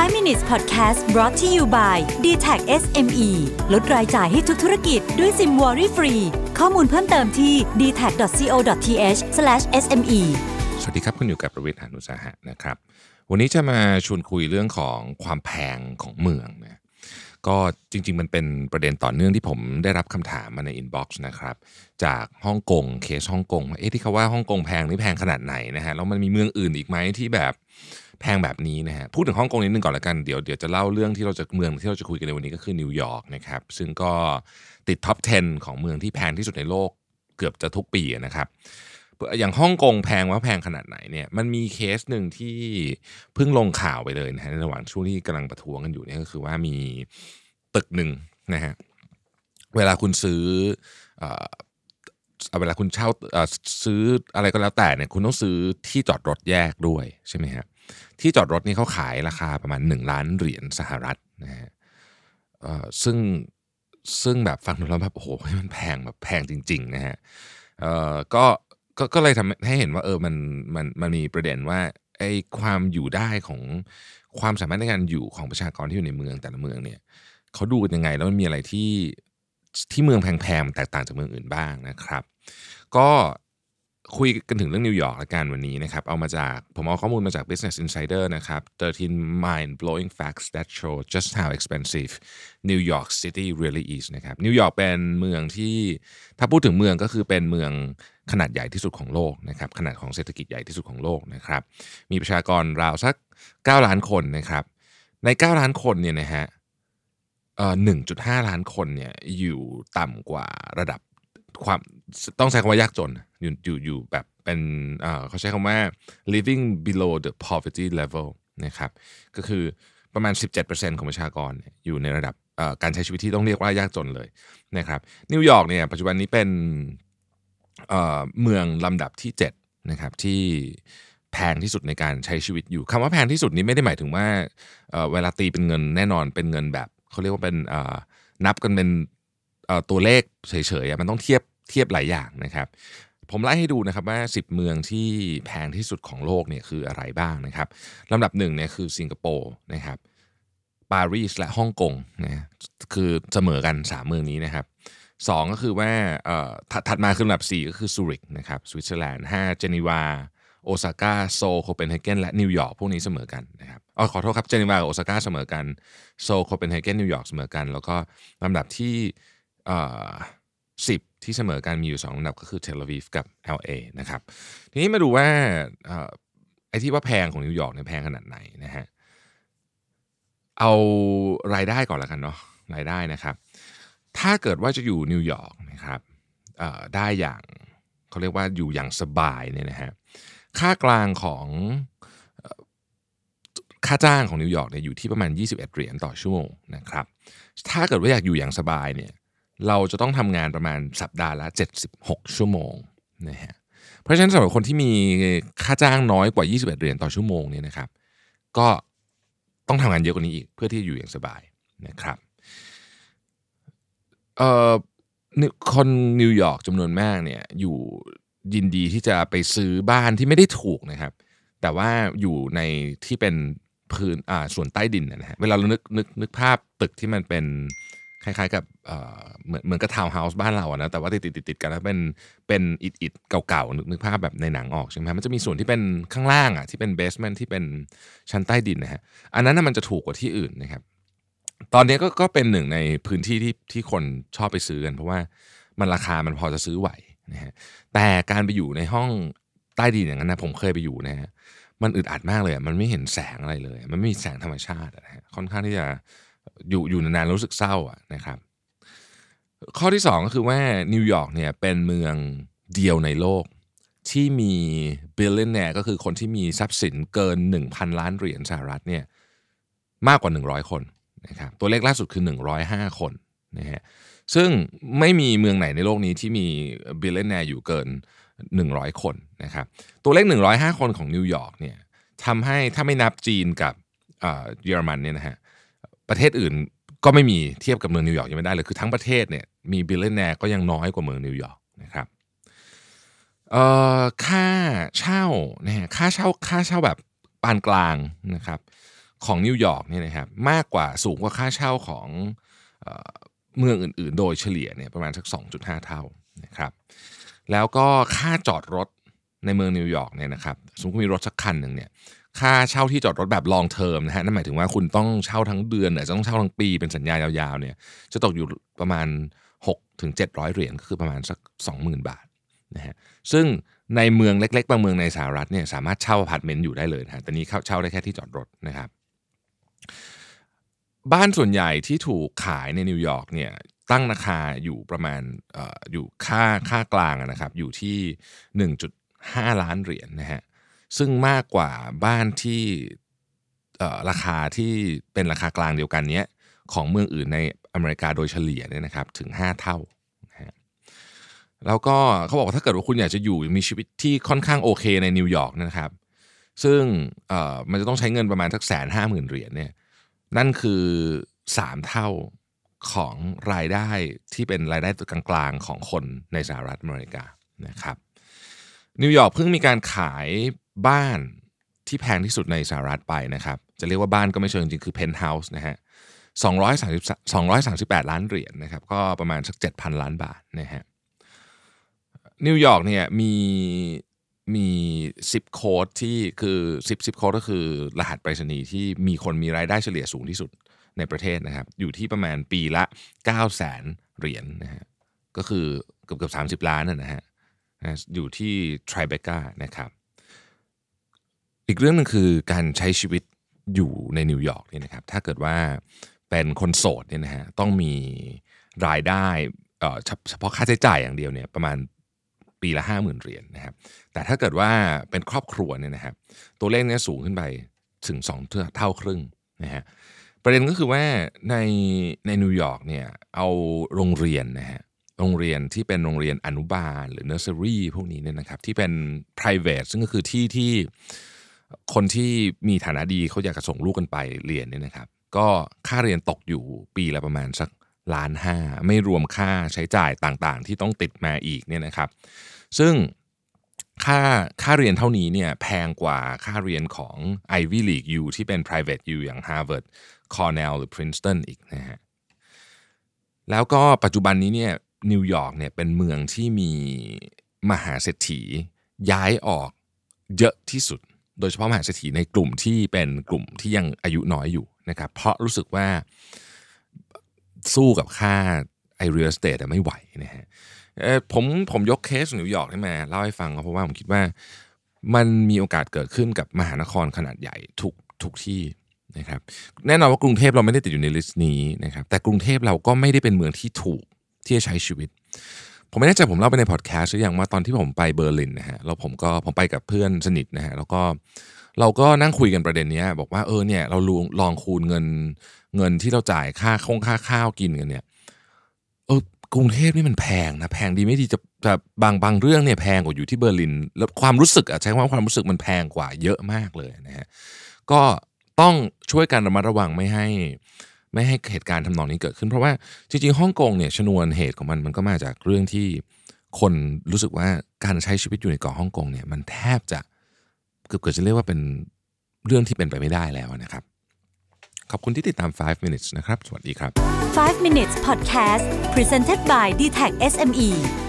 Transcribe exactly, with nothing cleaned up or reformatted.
ไฟว์ minutes podcast brought to you by ดี ที เอ ซี เอส เอ็ม อี ลดรายจ่ายให้ทุกธุรกิจด้วยซิมวอรี่ฟรีข้อมูลเพิ่มเติมที่ ดี ที เอ ซี ดอท ซี โอ ดอท ที เอช สแลช เอส เอ็ม อีสวัสดีครับคุณอยู่กับประวิตร หาญอุตสาหะนะครับวันนี้จะมาชวนคุยเรื่องของความแพงของเมืองนะก็จริงๆมันเป็นประเด็นต่อเนื่องที่ผมได้รับคำถามมาในอินบ็อกซ์นะครับจากฮ่องกงเคสฮ่องกงเอ๊ะที่เขาว่าฮ่องกงแพงนี่แพงขนาดไหนนะฮะแล้วมันมีเมืองอื่นอีกไหมที่แบบแพงแบบนี้นะฮะพูดถึงฮ่องกงนิดนึงก่อนละกันเดี๋ยวเดี๋ยวจะเล่าเรื่องที่เราจะเมืองที่เราจะคุยกันในวันนี้ก็คือนิวยอร์กนะครับซึ่งก็ติดท็อปสิบของเมืองที่แพงที่สุดในโลกเกือบจะทุกปีนะครับอย่างฮ่องกงแพงว่าแพงขนาดไหนเนี่ยมันมีเคสหนึ่งที่เพิ่งลงข่าวไปเลยนะฮะในระหว่างช่วงที่กำลังประท้วงกันอยู่เนี่ยก็คือว่ามีตึกหนึ่งนะฮะเวลาคุณซื้อเอ่อเวลาคุณเช่าเอ่อซื้ออะไรก็แล้วแต่เนี่ยคุณต้องซื้อที่จอดรถแยกด้วยใช่ไหมฮะที่จอดรถนี่เขาขายราคาประมาณหนึ่งล้านเหรียญสหรัฐนะฮะเอ่อซึ่งซึ่งแบบฟังดูแล้วแบบโอ้โหมันแพงแบบแพงจริงๆนะฮะเอ่อก็ก็ก็เลยทำให้เห็นว่าเออมันมันมันมีประเด็นว่าไอ้ความอยู่ได้ของความสามารถในการอยู่ของประชากรที่อยู่ในเมืองแต่ละเมืองเนี่ยเขาดูกันยังไงแล้วมันมีอะไรที่ที่เมืองแพงๆแตกต่างจากเมืองอื่นบ้างนะครับก็คุยกันถึงเรื่องนิวยอร์กละกันวันนี้นะครับเอามาจากผมเอาข้อมูลมาจาก Business Insider นะครับthirteen mind-blowing facts that show just how expensive New York City really is นะครับนิวยอร์กเป็นเมืองที่ถ้าพูดถึงเมืองก็คือเป็นเมืองขนาดใหญ่ที่สุดของโลกนะครับขนาดของเศรษฐกิจใหญ่ที่สุดของโลกนะครับมีประชากรราวสักเก้าล้านคนนะครับในเก้าล้านคนเนี่ยนะฮะเอ่อ หนึ่งจุดห้า ล้านคนเนี่ยอยู่ต่ำกว่าระดับความต้องใช้คำว่ายากจนอยู่อยู่อยู่แบบเป็นเอ่อเขาใช้คำว่า living below the poverty level นะครับก็คือประมาณ สิบเจ็ดเปอร์เซ็นต์ ของประชากรอยู่ในระดับเอ่อการใช้ชีวิตที่ต้องเรียกว่ายากจนเลยนะครับนิวยอร์กเนี่ยปัจจุบันนี้เป็นเอ่อเมืองลำดับที่เจ็ดนะครับที่แพงที่สุดในการใช้ชีวิตอยู่คำว่าแพงที่สุดนี้ไม่ได้หมายถึงว่าเอ่อเวลาตีเป็นเงินแน่นอนเป็นเงินแบบเขาเรียกว่าเป็นเอ่อนับกันเป็นเอ่อตัวเลขเฉยๆมันต้องเทียบเทียบหลายอย่างนะครับผมไล่ให้ดูนะครับว่าสิบเมืองที่แพงที่สุดของโลกเนี่ยคืออะไรบ้างนะครับลำดับหนึ่งเนี่ยคือสิงคโปร์นะครับปารีสและฮ่องกงนะคือเสมอกันสามเมืองนี้นะครับสองก็คือว่าเอ่อถัดถัดมาคือลำดับสี่ก็คือซูริกนะครับสวิตเซอร์แลนด์ห้าเจนีวาโอซาก้าโซลโคเปนเฮเกนและนิวยอร์กพวกนี้เสมอกันนะครับอ๋อขอโทษครับเจนีวากับโอซาก้าเสมอกันโซลโคเปนเฮเกนนิวยอร์กเสมอกันแล้วก็ลำดับที่เอ่อสิบที่เสมอกันมีอยู่สองลำดับก็คือเทลอาวีฟกับ แอล เอ นะครับทีนี้มาดูว่าเอ่อไอ้ที่ว่าแพงของนิวยอร์กเนี่ยแพงขนาดไหนนะฮะเอารายได้ก่อนละกันเนาะรายได้นะครับถ้าเกิดว่าจะอยู่นิวยอร์กนะครับเอ่อได้อย่างเขาเรียกว่าอยู่อย่างสบายเนี่ยนะฮะค่ากลางของเอ่อค่าจ้างของนิวยอร์กเนี่ยอยู่ที่ประมาณยี่สิบเอ็ดเหรียญต่อชั่วโมงนะครับถ้าเกิดว่าอยากอยู่อย่างสบายเนี่ยเราจะต้องทำงานประมาณสัปดาห์ละเจ็ดสิบหกชั่วโมงนะฮะเพราะฉะนั้นสำหรับคนที่มีค่าจ้างน้อยกว่ายี่สิบเอ็ดเหรียญต่อชั่วโมงเนี่ยนะครับก็ต้องทำงานเยอะกว่านี้อีกเพื่อที่จะอยู่อย่างสบายนะครับเอ่อคนนิวยอร์กจำนวนมากเนี่ยอยู่ยินดีที่จะไปซื้อบ้านที่ไม่ได้ถูกนะครับแต่ว่าอยู่ในที่เป็นพื้นอ่าส่วนใต้ดินนะฮะเวลาเรานึกนึกนึกภาพตึกที่มันเป็นคล้ายๆกับเอ่อเหมือนเหมือนกับทาวน์เฮาส์บ้านเราอะนะแต่ว่าติดติดติดกันแล้วเป็นเป็นอิฐอิฐเก่าๆนึกนึกภาพแบบในหนังออกใช่ไหมมันจะมีส่วนที่เป็นข้างล่างอะที่เป็นเบสเมนต์ที่เป็นชั้นใต้ดินนะฮะอันนั้นมันจะถูกกว่าที่อื่นนะครับตอนนี้ก็ก็เป็นหนึ่งในพื้นที่ที่ที่คนชอบไปซื้อกันเพราะว่ามันราคามันพอจะซื้อไหวนะฮะแต่การไปอยู่ในห้องใต้ดินอย่างนั้นนะผมเคยไปอยู่นะฮะมันอึดอัดมากเลยมันไม่เห็นแสงอะไรเลยมันไม่มีแสงธรรมชาตินะฮะค่อนข้างที่จะอยู่อยู่นานๆรู้สึกเศร้าอ่ะนะครับข้อที่สองก็คือว่านิวยอร์กเนี่ยเป็นเมืองเดียวในโลกที่มี billionaire ก็คือคนที่มีทรัพย์สินเกิน หนึ่งพัน ล้านเหรียญสหรัฐเนี่ยมากกว่าหนึ่งร้อยคนนะครับตัวเลขล่าสุดคือหนึ่งร้อยห้าคนนะฮะซึ่งไม่มีเมืองไหนในโลกนี้ที่มี billionaire อยู่เกินหนึ่งร้อยคนนะครับตัวเลขหนึ่งร้อยห้าคนของนิวยอร์กเนี่ยทำให้ถ้าไม่นับจีนกับเอ่อเยอรมันเนี่ยนะฮะประเทศอื่นก็ไม่มีเทียบกับเมืองนิวยอร์กยังไม่ได้เลยคือทั้งประเทศเนี่ยมีบิลเลนแนร์ก็ยังน้อยกว่าเมืองนิวยอร์กนะครับเอ่อค่าเช่านะฮะค่าเช่าค่าเช่าแบบปานกลางนะครับของนิวยอร์กเนี่ยนะครับมากกว่าสูงกว่าค่าเช่าของเอ่อเมืองอื่นๆโดยเฉลี่ยเนี่ยประมาณสัก สองจุดห้า เท่านะครับแล้วก็ค่าจอดรถในเมืองนิวยอร์กเนี่ยนะครับสมมุติคุณมีรถสักคันหนึ่งเนี่ยค่าเช่าที่จอดรถแบบ long term นะฮะนั่นหมายถึงว่าคุณต้องเช่าทั้งเดือนหรือจะต้องเช่าทั้งปีเป็นสัญญายาวๆเนี่ยจะตกอยู่ประมาณ หกถึงเจ็ดร้อย เหรียญก็คือประมาณสัก สองหมื่น บาทนะฮะซึ่งในเมืองเล็กๆบางเมืองในสหรัฐเนี่ยสามารถเช่าอพาร์ตเมนต์อยู่ได้เลยนะฮะแต่นี้เช่าได้แค่ที่จอดรถนะครับบ้านส่วนใหญ่ที่ถูกขายในนิวยอร์กเนี่ยตั้งราคาอยู่ประมาณเอ่ออยู่ค่าค่ากลางนะครับอยู่ที่ หนึ่งจุดห้า ล้านเหรียญนะฮะซึ่งมากกว่าบ้านที่เอ่อราคาที่เป็นราคากลางเดียวกันเนี้ยของเมืองอื่นในอเมริกาโดยเฉลี่ยเนี่ยนะครับถึงห้าเท่านะฮะแล้วก็เขาบอกว่าถ้าเกิดว่าคุณอยากจะอยู่มีชีวิตที่ค่อนข้างโอเคในนิวยอร์กนะครับซึ่งเอ่อมันจะต้องใช้เงินประมาณสัก หนึ่งแสนห้าหมื่น เหรียญเนี่ยนั่นคือสามเท่าของรายได้ที่เป็นรายได้กลางๆของคนในสหรัฐอเมริกานะครับนิวยอร์กเพิ่งมีการขายบ้านที่แพงที่สุดในสหรัฐไปนะครับจะเรียกว่าบ้านก็ไม่เชิงจริงคือเพนท์เฮาส์นะฮะสองร้อยสามสิบ สองร้อยสามสิบแปดล้านเหรียญนะครับก็ประมาณสัก เจ็ดพัน ล้านบาทนะฮะนิวยอร์กเนี่ยมีมีซิปโค้ดที่คือซิปซิปโค้ดก็คือรหัสไปรษณีย์ที่มีคนมีรายได้เฉลี่ยสูงที่สุดในประเทศนะครับอยู่ที่ประมาณปีละ เก้าแสน เหรียญนะฮะก็คือเกือบเกือบสามสิบล้านนะฮะอยู่ที่ Tribeca นะครับอีกเรื่องนึงคือการใช้ชีวิตอยู่ในนิวยอร์กเนี่ยนะครับถ้าเกิดว่าเป็นคนโสดเนี่ยนะฮะต้องมีรายได้เอ่อเฉพาะค่าใช้จ่ายอย่างเดียวเนี่ยประมาณปีละ ห้าหมื่น เหรียญนะครับแต่ถ้าเกิดว่าเป็นครอบครัวเนี่ยนะครับตัวเลขนี้สูงขึ้นไปถึงสองเท่าครึ่งนะฮะประเด็นก็คือว่าในในนิวยอร์กเนี่ยเอาโรงเรียนนะฮะโรงเรียนที่เป็นโรงเรียนอนุบาลหรือ nursery พวกนี้เนี่ยนะครับที่เป็น private ซึ่งก็คือที่ที่คนที่มีฐานะดีเขาอยากจะส่งลูกกันไปเรียนเนี่ยนะครับก็ค่าเรียนตกอยู่ปีละประมาณสักล้านห้าไม่รวมค่าใช้จ่ายต่างๆที่ต้องติดมาอีกเนี่ยนะครับซึ่งค่าค่าเรียนเท่านี้เนี่ยแพงกว่าค่าเรียนของ Ivy League U ที่เป็น private U อย่าง Harvard Cornell หรือ Princeton อีกนะฮะแล้วก็ปัจจุบันนี้เนี่ยนิวยอร์กเนี่ยเป็นเมืองที่มีมหาเศรษฐีย้ายออกเยอะที่สุดโดยเฉพาะมหาเศรษฐีในกลุ่มที่เป็นกลุ่มที่ยังอายุน้อยอยู่นะครับเพราะรู้สึกว่าสู้กับค่าไอเรียลสเตทไม่ไหวนะฮะผมผมยกเคสนิวยอร์กนี่มาเล่าให้ฟังเพราะว่าผมคิดว่ามันมีโอกาสเกิดขึ้นกับมหานครขนาดใหญ่ทุกทุกที่นะครับแน่นอนว่ากรุงเทพเราไม่ได้ติดอยู่ในลิสต์นี้นะครับแต่กรุงเทพเราก็ไม่ได้เป็นเมืองที่ถูกที่จะใช้ชีวิตผมไม่แน่ใจผมเล่าไปในพอดแคสต์หรือยังว่าตอนที่ผมไปเบอร์ลินนะฮะแล้วผมก็ผมไปกับเพื่อนสนิทนะฮะแล้วก็เราก็นั่งคุยกันประเด็นนี้บอกว่าเออเนี่ยเราลองลองคูณเงินเงินที่เราจ่ายค่าคงค่าข้าวกินกันเนี่ยเออกรุงเทพนี่มันแพงนะแพงดีไม่ดีจะจะบางบางเรื่องเนี่ยแพงกว่าอยู่ที่เบอร์ลินแล้วความรู้สึกอะใช้คำว่าความรู้สึกมันแพงกว่าเยอะมากเลยนะฮะก็ต้องช่วยกันระมัดระวังไม่ให้ไม่ให้เหตุการณ์ทำนองนี้เกิดขึ้นเพราะว่าจริงๆฮ่องกงเนี่ยชนวนเหตุของมันมันก็มาจากเรื่องที่คนรู้สึกว่าการใช้ชีวิตอยู่ในเกาะฮ่องกงเนี่ยมันแทบจะเกือบๆจะเรียกว่าเป็นเรื่องที่เป็นไปไม่ได้แล้วนะครับขอบคุณที่ติดตามไฟว์ minutes นะครับสวัสดีครับไฟว์ minutes podcast presented by ดี ที เอ ซี เอส เอ็ม อี